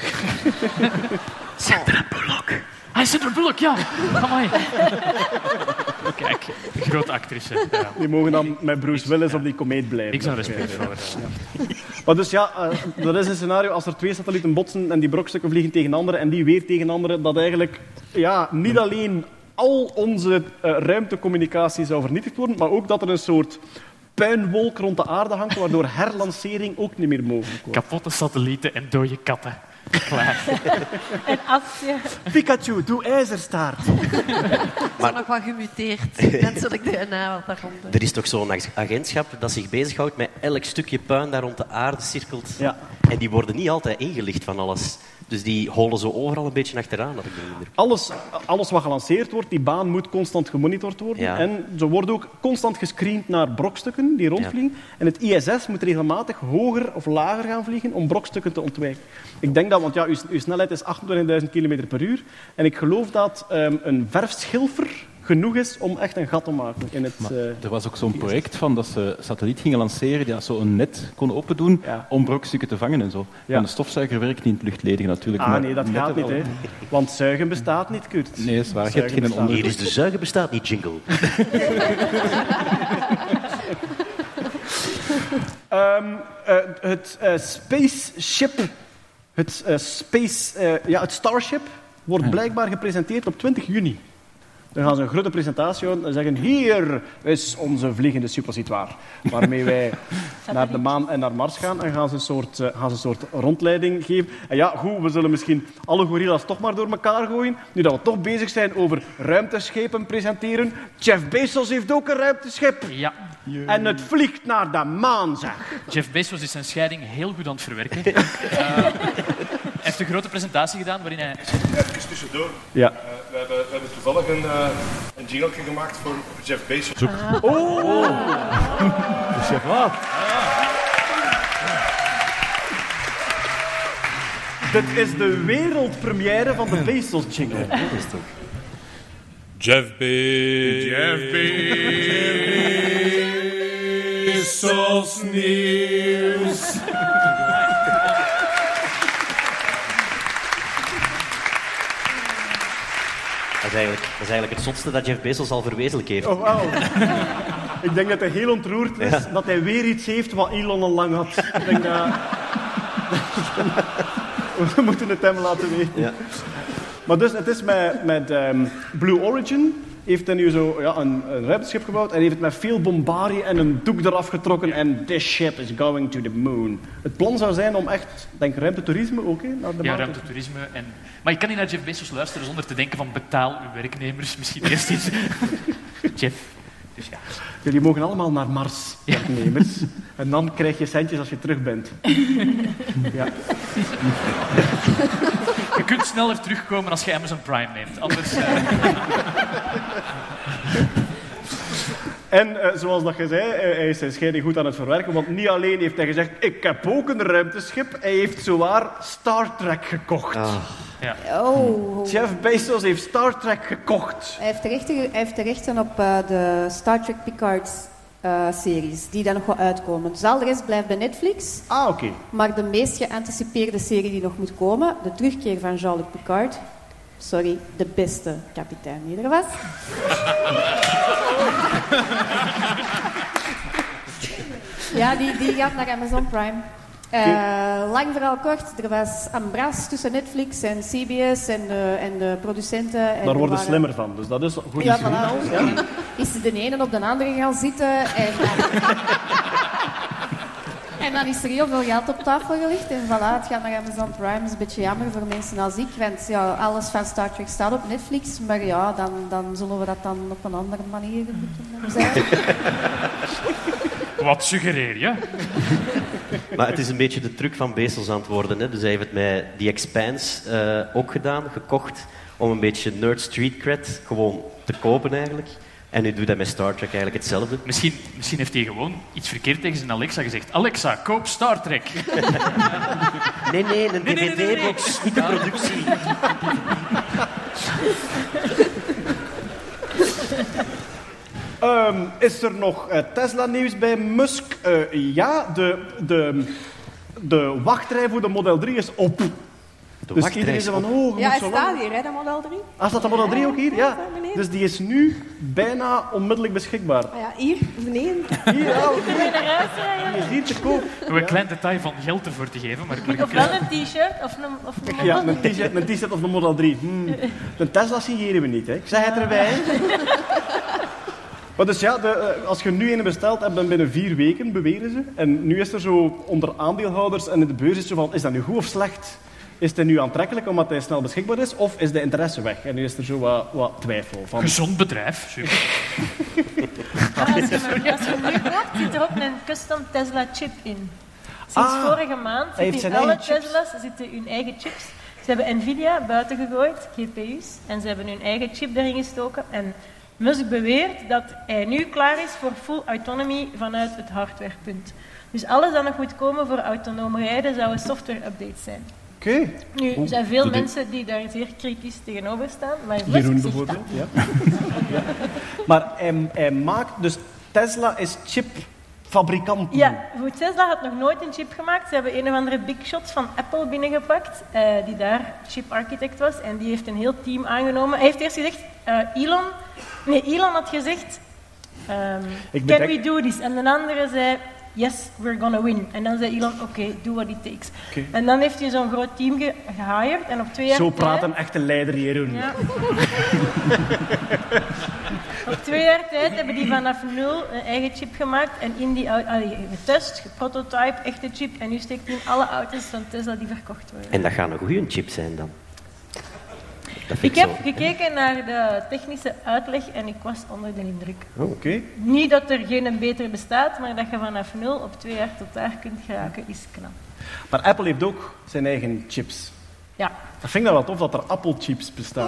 Sandra Bullock. Ah, Sandra Bullock, ja. Amai. Kijk, grote actrice. Ja. Die mogen dan met Bruce Willis ja. op die komeet blijven. Ik zou respect voor. Ja. Maar dus ja, uh, dat is een scenario als er twee satellieten botsen en die brokstukken vliegen tegen anderen en die weer tegen anderen, dat eigenlijk ja, niet alleen al onze uh, ruimtecommunicatie zou vernietigd worden, maar ook dat er een soort puinwolk rond de aarde hangt, waardoor herlancering ook niet meer mogelijk wordt. Kapotte satellieten en dode katten. Klaar. En als je... Pikachu, doe ijzerstaart. Maar nog wat gemuteerd. Menselijk D N A wat daar rond. Er is toch zo'n agentschap dat zich bezighoudt met elk stukje puin daar rond de aarde cirkelt. Ja. En die worden niet altijd ingelicht van alles. Dus die holen zo overal een beetje achteraan. Dat ik de alles, alles wat gelanceerd wordt, die baan moet constant gemonitord worden. Ja. En ze worden ook constant gescreend naar brokstukken die rondvliegen. Ja. En het I S S moet regelmatig hoger of lager gaan vliegen om brokstukken te ontwijken. Ik denk dat, want ja, uw, uw snelheid is achtentwintigduizend kilometer per uur. En ik geloof dat um, een verfschilfer genoeg is om echt een gat te maken in het... Maar Uh, er was ook zo'n project van dat ze satelliet gingen lanceren die dat zo een net kon opendoen ja. om brokstukken te vangen en zo. Ja. Want de stofzuiger werkt niet in het luchtledigen natuurlijk. Ah maar nee, dat gaat niet, hè. Want zuigen bestaat niet, Kurt. Nee, dat is waar. Je hebt geen onder... Hier is de zuigen bestaat niet, jingle. um, uh, het uh, spaceship, het, uh, space, uh, ja, het Starship, wordt blijkbaar gepresenteerd op twintig juni. Dan gaan ze een grote presentatie houden en zeggen: hier is onze vliegende suppositoire. Waarmee wij naar de maan en naar Mars gaan en gaan ze een soort, uh, gaan ze een soort rondleiding geven. En ja, goed, we zullen misschien alle gorilla's toch maar door elkaar gooien. Nu dat we toch bezig zijn over ruimteschepen presenteren. Jeff Bezos heeft ook een ruimteschip. Ja. En het vliegt naar de maan, zeg. Jeff Bezos is zijn scheiding heel goed aan het verwerken. uh, hij heeft een grote presentatie gedaan waarin hij... Even tussendoor. Ja. Uh, we, hebben, we hebben toevallig een, uh, een jingle gemaakt voor Jeff Bezos. Ah. Oh! De chef wat? Dit is de wereldpremière van de Bezos-jingle. Dat is toch... Jeff Bezos. Jeff Bezos nieuws. Dat is, eigenlijk, dat is eigenlijk het zotste dat Jeff Bezos al verwezenlijk heeft. Oh, wow. Ik denk dat hij heel ontroerd is ja. dat hij weer iets heeft wat Elon al lang had. Ik denk dat... We moeten het hem laten weten. Ja. Maar dus, het is met, met um, Blue Origin. Heeft hij nu zo ja, een, een ruimteschip gebouwd en heeft het met veel bombarie en een doek eraf getrokken en this ship is going to the moon. Het plan zou zijn om echt, denk ruimtetoerisme ook, hè, naar de Ja, maan. ruimtetoerisme. En... Maar je kan niet naar Jeff Bezos luisteren zonder te denken van betaal uw werknemers. Misschien eerst iets. Jeff. Dus ja. Jullie mogen allemaal naar Mars, werknemers. Ja. En dan krijg je centjes als je terug bent. Ja. Je kunt sneller terugkomen als je Amazon Prime neemt. Anders... Uh... En uh, zoals dat je zei, uh, hij is zijn scheiding goed aan het verwerken. Want niet alleen heeft hij gezegd, ik heb ook een ruimteschip. Hij heeft zowaar Star Trek gekocht. Ah. Ja. Oh. Jeff Bezos heeft Star Trek gekocht. Hij heeft de rechten, hij heeft de rechten op uh, de Star Trek Picard uh, series, die daar nog wel uitkomen. Dus al de rest blijft bij Netflix. Ah, oké. Okay. Maar de meest geanticipeerde serie die nog moet komen, de terugkeer van Jean-Luc Picard. Sorry, de beste kapitein die er was. Ja, die, die gaat naar Amazon Prime. Uh, lang verhaal kort, er was ambras tussen Netflix en C B S en de, en de producenten. En daar worden waren... slimmer van, dus dat is goed. Ja, voilà. Ja. Is de ene op de andere gaan zitten en... En dan is er heel veel geld op tafel gelegd. En voilà, het gaat naar Amazon Prime. Dat is een beetje jammer voor mensen als ik. Want ja, alles van Star Trek staat op Netflix. Maar ja, dan, dan zullen we dat dan op een andere manier moeten zijn. Wat suggereer je? Maar het is een beetje de truc van Bezos aan het worden. Hè? Dus hij heeft het met The Expanse uh, ook gedaan, gekocht. Om een beetje nerd street cred gewoon te kopen eigenlijk. En nu doet hij met Star Trek eigenlijk hetzelfde. Misschien, misschien heeft hij gewoon iets verkeerd tegen zijn Alexa gezegd. Alexa, koop Star Trek. Nee, nee, een nee, D V D-box, nee, nee, nee. niet de productie. Um, is er nog uh, Tesla-nieuws bij Musk? Uh, ja, de, de, de wachtrij voor de Model drie is op. De dus iedereen is van, oh, ja, hij zo staat lang. hier, hè, de Model drie. Ah, staat de Model drie ook hier? Ja. Dus die is nu bijna onmiddellijk beschikbaar. Ah, ja, hier, beneden. Hier, ja. Die is hier te koop. Nog een klein detail van geld ervoor te geven. Maar, maar Of wel een t-shirt of een, of een Ja, een t-shirt, een t-shirt of een Model drie. Hmm. De Tesla signeren we niet, hè. Ik zeg het erbij. Maar dus ja, de, als je nu een bestelt, heb je hem binnen vier weken, beweren ze. En nu is er zo onder aandeelhouders en in de beurs is zo van, is dat nu goed of slecht? Is het nu aantrekkelijk omdat hij snel beschikbaar is, of is de interesse weg? En nu is er zo wat, wat twijfel van. Gezond bedrijf, super. Als je, als je nu koopt, zit er ook een custom Tesla chip in. Sinds Ah, vorige maand hij heeft zitten zijn in alle eigen chips. Tesla's zitten hun eigen chips. Ze hebben Nvidia buiten gegooid, G P U's, en ze hebben hun eigen chip erin gestoken. En Musk beweert dat hij nu klaar is voor full autonomy vanuit het hardwarepunt. Dus alles dat nog moet komen voor autonoom rijden zou een software-update zijn. Okay. Nu, er zijn veel mensen die daar zeer kritisch tegenover staan, maar Musk Jeroen zegt bijvoorbeeld, dat. ja. ja. Maar hij, hij maakt... Dus Tesla is chipfabrikant. Ja, goed, Tesla had nog nooit een chip gemaakt. Ze hebben een of andere big shot van Apple binnengepakt, uh, die daar chip-architect was. En die heeft een heel team aangenomen. Hij heeft eerst gezegd, uh, Elon... Nee, Elon had gezegd, um, can we do this? En de andere zei, yes, we're gonna win. En dan zei Elon, oké, okay, do what it takes. Okay. En dan heeft hij zo'n groot team ge- gehired. En op twee jaar Zo praat tijd, een echte leider, Jeroen. Ja. Op twee jaar tijd hebben die vanaf nul een eigen chip gemaakt en in die allee, getest, geprototype, echte chip. En nu steekt die in alle auto's van Tesla die verkocht worden. En dat gaat een goede chip zijn dan? Dat vind Ik heb zo. gekeken naar de technische uitleg en ik was onder de indruk. Oh, oké. Okay. Niet dat er geen betere bestaat, maar dat je vanaf nul op twee jaar tot daar kunt geraken, is knap. Maar Apple heeft ook zijn eigen chips. Ja. Dat vind ik nou wel tof dat er Apple-chips bestaan.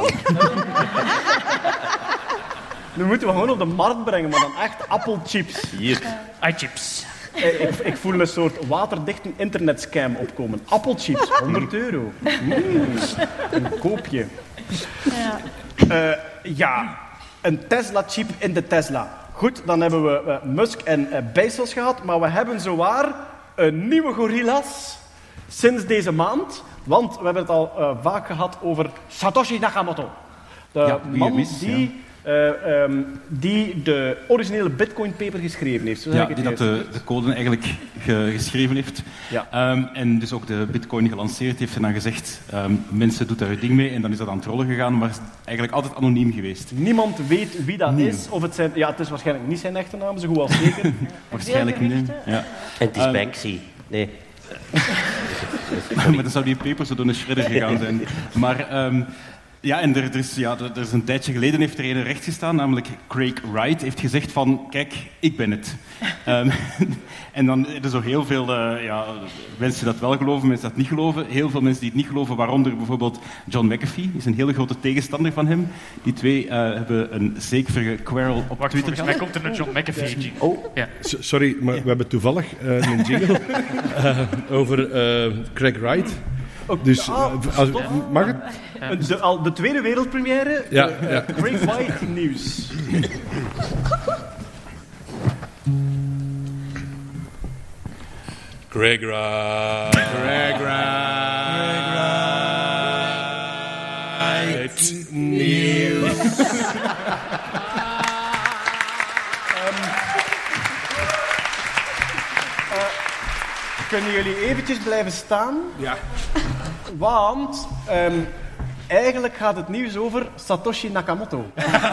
Nu moeten we gewoon op de markt brengen, maar dan echt Apple-chips. Hier. iChips. Ik, ik, ik voel een soort waterdichte internetscam opkomen. Apple-chips, honderd euro. Mm, een koopje. Ja. Uh, ja, een Tesla-chip in de Tesla. Goed, dan hebben we uh, Musk en uh, Bezos gehad, maar we hebben zowaar een nieuwe gorillas sinds deze maand. Want we hebben het al uh, vaak gehad over Satoshi Nakamoto. De ja, man mis, die, ja. uh, um, die de originele Bitcoin-paper geschreven heeft. Zo ja, ik die dat de, de code eigenlijk ge, geschreven heeft. Ja. Um, en dus ook de Bitcoin gelanceerd heeft en dan gezegd, um, mensen doen daar hun ding mee. En dan is dat aan het rollen gegaan, maar is eigenlijk altijd anoniem geweest. Niemand weet wie dat nee. is. Of het, zijn, ja, het is waarschijnlijk niet zijn echte naam, zo goed als zeker. Waarschijnlijk niet. Ja. En het is um, Banksy. Nee. maar dan zou die paper zo door een shredder gegaan zijn. Maar um, ja, en er, er, is, ja, er is een tijdje geleden heeft er een recht gestaan, namelijk Craig Wright heeft gezegd van, kijk, ik ben het. um, en dan er er zo heel veel uh, ja, mensen die dat wel geloven, mensen die dat niet geloven. Heel veel mensen die het niet geloven, waaronder bijvoorbeeld John McAfee, is een hele grote tegenstander van hem. Die twee uh, hebben een zekere quarrel op Wacht, Twitter gehad. Mij komt er een John McAfee jingle. Oh. Ja. Sorry, maar we hebben toevallig uh, een jingle uh, over uh, Craig Wright. Dus, uh, als, mag het? Ja. De, al, de tweede wereldpremière, ja, uh, ja. Craig Wright nieuws. Craig Wright. Craig Wright. Nieuws. Kunnen jullie eventjes blijven staan? Ja. Want um, eigenlijk gaat het nieuws over Satoshi Nakamoto.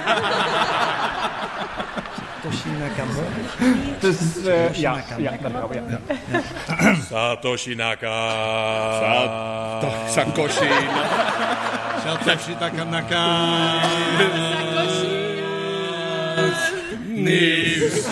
Satoshi Nakamoto. Dus uh, ja, ja, daar gaan we. Ja. Ja. Satoshi Naka. Sa- Sakoshi Satoshi Nakanaka. Nieuws.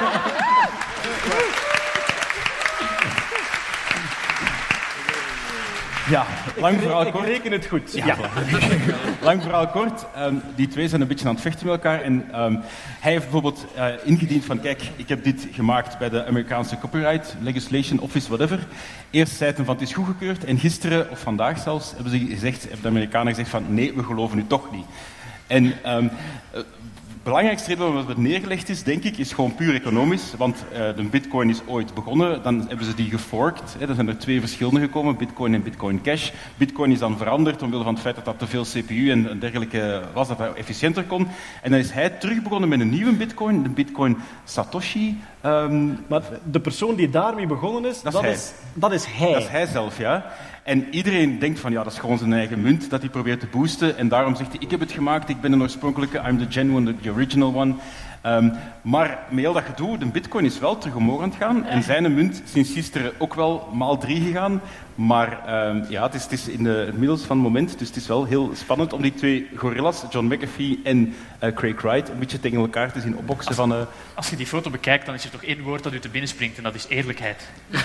Ja, lang verhaal ik, kort. ik reken het goed. Ja, ja. Lang verhaal kort. Um, die twee zijn een beetje aan het vechten met elkaar. En um, hij heeft bijvoorbeeld uh, ingediend van, kijk, ik heb dit gemaakt bij de Amerikaanse Copyright Legislation Office, whatever. Eerst zei het van, het is goedgekeurd. En gisteren, of vandaag zelfs, hebben ze gezegd, hebben de Amerikanen gezegd van, nee, we geloven u toch niet. En um, uh, de belangrijkste reden waarom het neergelegd is, denk ik, is gewoon puur economisch. Want uh, de bitcoin is ooit begonnen, dan hebben ze die geforkt. Hè. Er zijn er twee verschillende gekomen, bitcoin en bitcoin cash. Bitcoin is dan veranderd omwille van het feit dat dat te veel C P U en dergelijke was, dat dat efficiënter kon. En dan is hij terug begonnen met een nieuwe bitcoin, de bitcoin Satoshi. Um, maar de persoon die daarmee begonnen is, dat, dat, is, is, dat is hij. Dat is hij zelf, ja. En iedereen denkt van, ja, dat is gewoon zijn eigen munt dat hij probeert te boosten. En daarom zegt hij, ik heb het gemaakt, ik ben een oorspronkelijke, I'm the genuine, the original one. Um, maar met heel dat gedoe, de bitcoin is wel terug omhoog aan het gaan. En zijn munt sinds gisteren ook wel maal drie gegaan. Maar um, ja, het is, het is in de, het middels van het moment. Dus het is wel heel spannend om die twee gorillas, John McAfee en uh, Craig Wright, een beetje tegen elkaar te zien opboksen. Als, van, uh... als je die foto bekijkt, dan is er toch één woord dat u te binnen springt en dat is eerlijkheid. uh.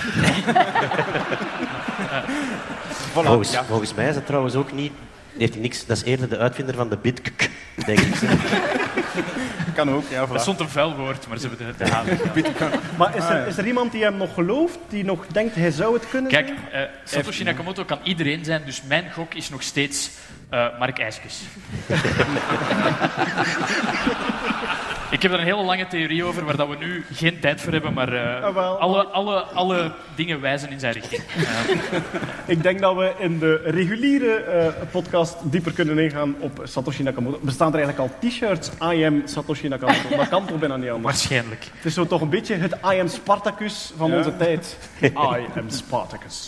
Voilà, volgens, ja. volgens mij is dat trouwens ook niet... Heeft hij niks, dat is eerder de uitvinder van de bitk. denk ik. Kan ook, ja. Voilà. Dat stond een vuil woord, maar ze hebben het gehaald. Maar is er, is er iemand die hem nog gelooft, die nog denkt hij zou het kunnen Kijk, zijn? uh, Satoshi Nakamoto kan iedereen zijn, dus mijn gok is nog steeds uh, Mark IJskes. Ik heb er een hele lange theorie over, waar dat we nu geen tijd voor hebben, maar uh, Ah, wel, alle, maar- alle, alle dingen wijzen in zijn richting. Uh, Ik denk dat we in de reguliere eh, podcast dieper kunnen ingaan op Satoshi Nakamoto. Bestaan er eigenlijk al t-shirts I am Satoshi Nakamoto? Dat kan toch bijna niet anders? Waarschijnlijk. Het is zo toch een beetje het I am Spartacus van Ja. onze tijd. I am Spartacus.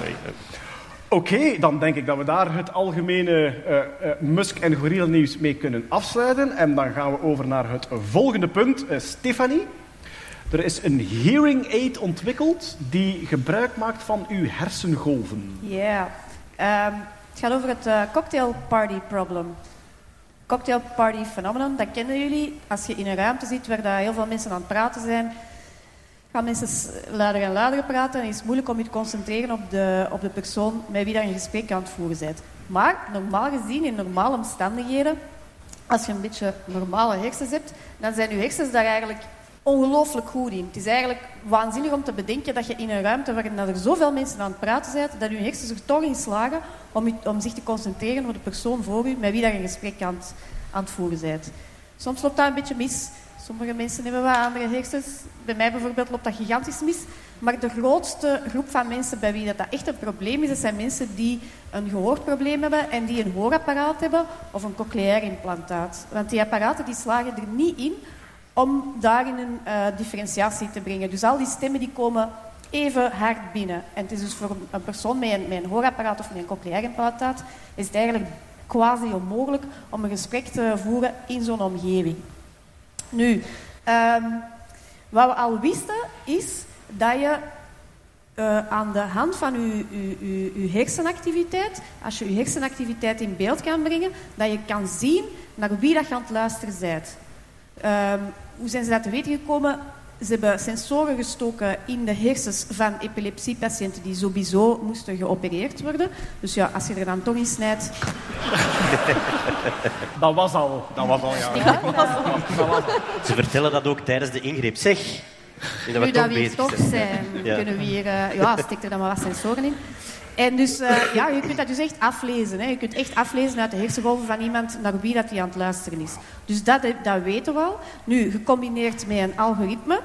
Oké, dan denk ik dat we daar het algemene eh, eh, Musk- en gorilla-nieuws mee kunnen afsluiten. En dan gaan we over naar het volgende punt. Eh, Stefanie, er is een hearing aid ontwikkeld die gebruik maakt van uw hersengolven. Ja, Ehm, het gaat over het eh, cocktail party problem. Cocktail party phenomenon, dat kennen jullie. Als je in een ruimte zit waar daar heel veel mensen aan het praten zijn, gaan mensen s- luider en luider praten en het is moeilijk om je te concentreren op de, op de persoon met wie je een gesprek aan het voeren bent. Maar normaal gezien, in normale omstandigheden, als je een beetje normale hersens hebt, dan zijn je hersens daar eigenlijk ongelooflijk goed in. Het is eigenlijk waanzinnig om te bedenken dat je in een ruimte waarin er zoveel mensen aan het praten zijn, dat je hersens er toch in slagen om, je- om zich te concentreren op de persoon voor u met wie je een gesprek aan het, aan het voeren bent. Soms loopt dat een beetje mis. Sommige mensen hebben wat andere hersens. Bij mij bijvoorbeeld loopt dat gigantisch mis. Maar de grootste groep van mensen bij wie dat, dat echt een probleem is, dat zijn mensen die een gehoorprobleem hebben en die een hoorapparaat hebben of een cochleair implantaat. Want die apparaten die slagen er niet in om daarin een uh, differentiatie te brengen. Dus al die stemmen die komen even hard binnen. En het is dus voor een persoon met een, met een hoorapparaat of met een cochleair implantaat is het eigenlijk quasi onmogelijk om een gesprek te voeren in zo'n omgeving. Nu, um, wat we al wisten is dat je uh, aan de hand van je, je, je, je hersenactiviteit, als je je hersenactiviteit in beeld kan brengen, dat je kan zien naar wie dat je aan het luisteren bent. Um, hoe zijn ze dat te weten gekomen? Ze hebben sensoren gestoken in de hersens van epilepsiepatiënten die sowieso moesten geopereerd worden. Dus ja, als je er dan toch in snijdt... Dat was al. Dat was al, ja. Ja, dat was al. Ze vertellen dat ook tijdens de ingreep. Zeg, nu dat we Nu toch dat we hier bezig toch zijn, Ja. kunnen we hier... Uh, ja, steek er dan maar wat sensoren in. En dus, uh, ja, je kunt dat dus echt aflezen. Hè. Je kunt echt aflezen uit de hersengolven van iemand naar wie dat die aan het luisteren is. Dus dat, dat weten we al. Nu, gecombineerd met een algoritme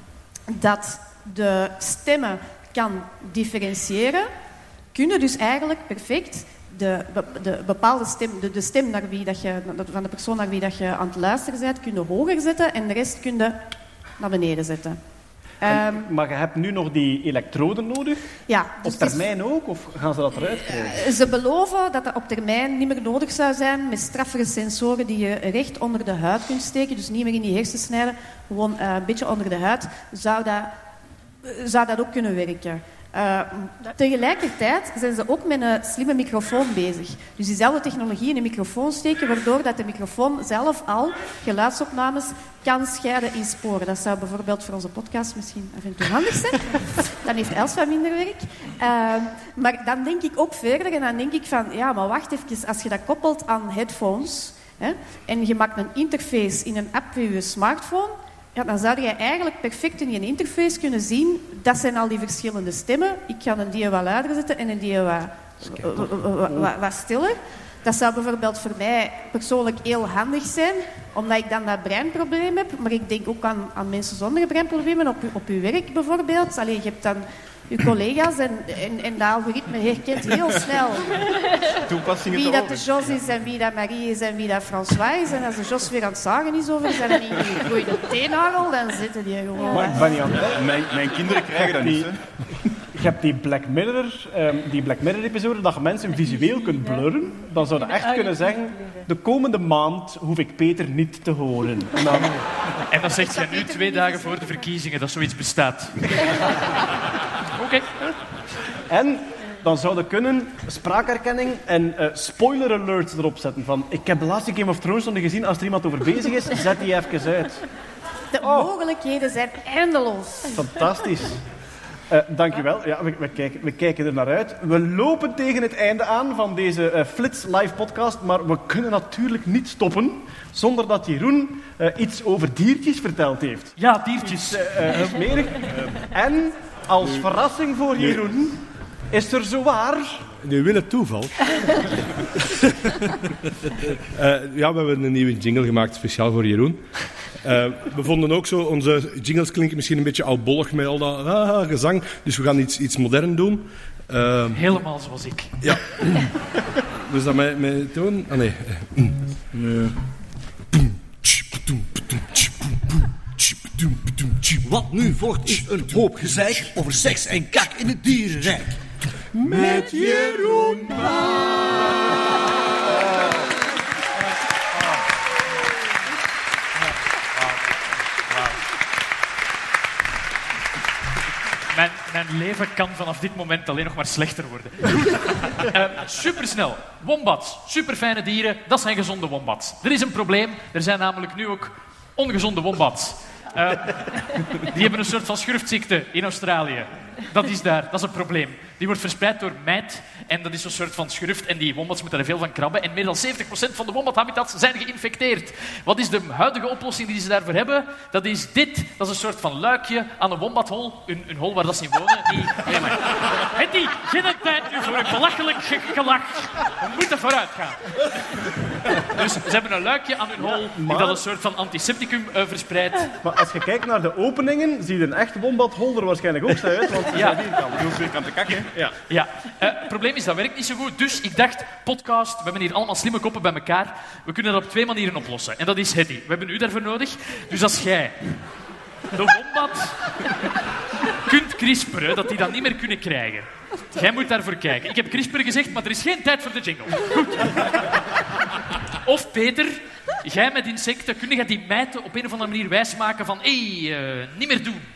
dat de stemmen kan differentiëren, kun je dus eigenlijk perfect de, de bepaalde stem, de, de stem naar wie dat je, van de persoon naar wie dat je aan het luisteren bent, kun je hoger zetten en de rest kun je naar beneden zetten. En- Um, maar je hebt nu nog die elektroden nodig? ja, dus Op het is- termijn ook? Of gaan ze dat eruit krijgen? Ze beloven dat dat op termijn niet meer nodig zou zijn met straffere sensoren die je recht onder de huid kunt steken. Dus niet meer in die hersens snijden, gewoon uh, een beetje onder de huid. Zou dat, uh, zou dat ook kunnen werken. Uh, tegelijkertijd zijn ze ook met een slimme microfoon bezig. Dus diezelfde technologie in een microfoon steken, waardoor dat de microfoon zelf al geluidsopnames kan scheiden in sporen. Dat zou bijvoorbeeld voor onze podcast misschien af en toe handig zijn. Dan heeft Els wat minder werk. Uh, maar dan denk ik ook verder en dan denk ik van, ja, maar wacht even, als je dat koppelt aan headphones, hè, en je maakt een interface in een app via je smartphone, ja, dan zou je eigenlijk perfect in je interface kunnen zien, dat zijn al die verschillende stemmen. Ik ga een die wat luider zetten en een die wat, wat, wat, wat stiller. Dat zou bijvoorbeeld voor mij persoonlijk heel handig zijn, omdat ik dan dat breinprobleem heb. Maar ik denk ook aan, aan mensen zonder breinproblemen, op, op uw werk bijvoorbeeld. Allee, je hebt dan je collega's en, en, en dat algoritme herkent heel snel Toepassingen wie te dat de Jos is en wie dat Marie is en wie dat François is. En als de Jos weer aan het zagen is over zijn groeiende teennagel, dan zitten die gewoon... Maar ik ben niet aan het... Mijn, mijn kinderen krijgen dat niet, hè. Je hebt die Black Mirror, um, die Black Mirror-episode, dat je mensen visueel kunt blurren. Dan zou je echt kunnen zeggen, de komende maand hoef ik Peter niet te horen. En dan... En dan zegt je nu twee dagen voor de verkiezingen dat zoiets bestaat. Oké. En dan zou je kunnen spraakherkenning en uh, spoiler alerts erop zetten. Van, ik heb de laatste Game of Thrones nog gezien, als er iemand over bezig is, zet die even uit. De mogelijkheden zijn eindeloos. Fantastisch. Uh, dankjewel. Ja, we, we, kijken, we kijken er naar uit. We lopen tegen het einde aan van deze uh, Flits live podcast, maar we kunnen natuurlijk niet stoppen zonder dat Jeroen uh, iets over diertjes verteld heeft. Ja, diertjes. Iets uh, uh, smerig. En als verrassing voor Jeroen is er zowaar... Nu wil het toeval. uh, ja, we hebben een nieuwe jingle gemaakt speciaal voor Jeroen. Uh, we vonden ook zo, onze jingles klinken misschien een beetje oudbollig met al dat ah, gezang. Dus we gaan iets, iets modern doen. Uh, Helemaal zoals ik. Ja. Dus dat met, met toon... Ah nee. nee. Wat nu volgt is een hoop gezeik over seks en kak in het dierenrijk. Met Jeroen Mijn, mijn leven kan vanaf dit moment alleen nog maar slechter worden. uh, supersnel. Wombats. Superfijne dieren. Dat zijn gezonde wombats. Er is een probleem. Er zijn namelijk nu ook ongezonde wombats. Uh, die hebben een soort van schurftziekte in Australië. Dat is daar. Dat is een probleem. Die wordt verspreid door mijt. En dat is een soort van schurft. En die wombats moeten er veel van krabben. En meer dan zeventig procent van de wombathabitats zijn geïnfecteerd. Wat is de huidige oplossing die ze daarvoor hebben? Dat is dit. Dat is een soort van luikje aan een wombathol. Een, een hol waar dat ze in wonen. Die... Nee, maar... Hetty, geen tijd nu voor een belachelijk ge- gelach. We moeten vooruit gaan. Dus ze hebben een luikje aan hun hol. Die dat een soort van antisepticum uh, verspreidt. Maar als je kijkt naar de openingen, zie je een echt wombathol er waarschijnlijk ook uit. Want ze Ja. zijn vierkant. Heel vierkante kakken. Ja. Ja, uh, het probleem is dat werkt niet zo goed. Dus ik dacht, podcast, we hebben hier allemaal slimme koppen bij elkaar. We kunnen dat op twee manieren oplossen. En dat is Hetty. We hebben u daarvoor nodig. Dus als jij de wombat kunt crisperen, dat die dat niet meer kunnen krijgen. Jij moet daarvoor kijken. Ik heb CRISPR gezegd, maar er is geen tijd voor de jingle. Goed. Of Peter, jij met insecten, kun je die mijten op een of andere manier wijsmaken van hé, hey, uh, niet meer doen.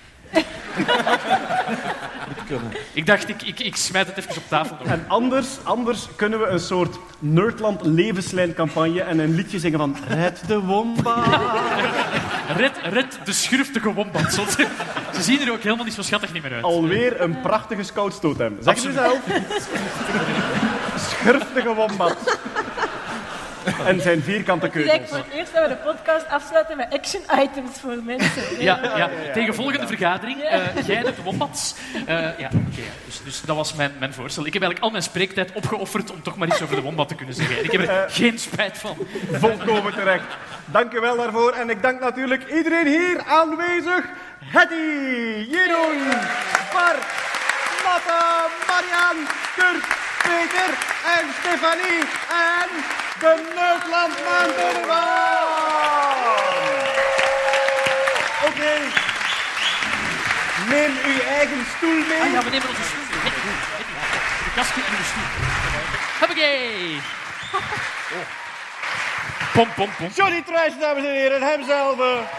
Ik dacht, ik, ik, ik smijt het even op tafel. Door. En anders, anders kunnen we een soort Nerdland levenslijncampagne en een liedje zingen van Red de wombat. Red, red de schurftige wombat. Ze zien er ook helemaal niet zo schattig niet meer uit. Alweer een prachtige scoutstotem. Zeg het zelf. Schurftige wombat. En zijn vierkante Het is keukens. eigenlijk voor het eerst dat we de podcast afsluiten met action items voor mensen. Ja, ja. Tegen volgende vergadering, uh, jij doet de wombats. Uh, ja, oké. Okay, ja. dus, dus dat was mijn, mijn voorstel. Ik heb eigenlijk al mijn spreektijd opgeofferd om toch maar iets over de wombat te kunnen zeggen. Ik heb er uh, geen spijt van. Volkomen terecht. Dank u wel daarvoor. En ik dank natuurlijk iedereen hier aanwezig. Hetty, Jeroen, Bart, Matta, Marian, Kurt, Peter en Stefanie en de Nerdland Maandorban. Oké. Okay. Neem uw eigen stoel mee. Ah, ja, we nemen onze stoel mee. Hey, hey, de kastje en de stoel. Hoppakee. Oh. Pom, pom, pom. Johnny Trash, dames en heren, hemzelf.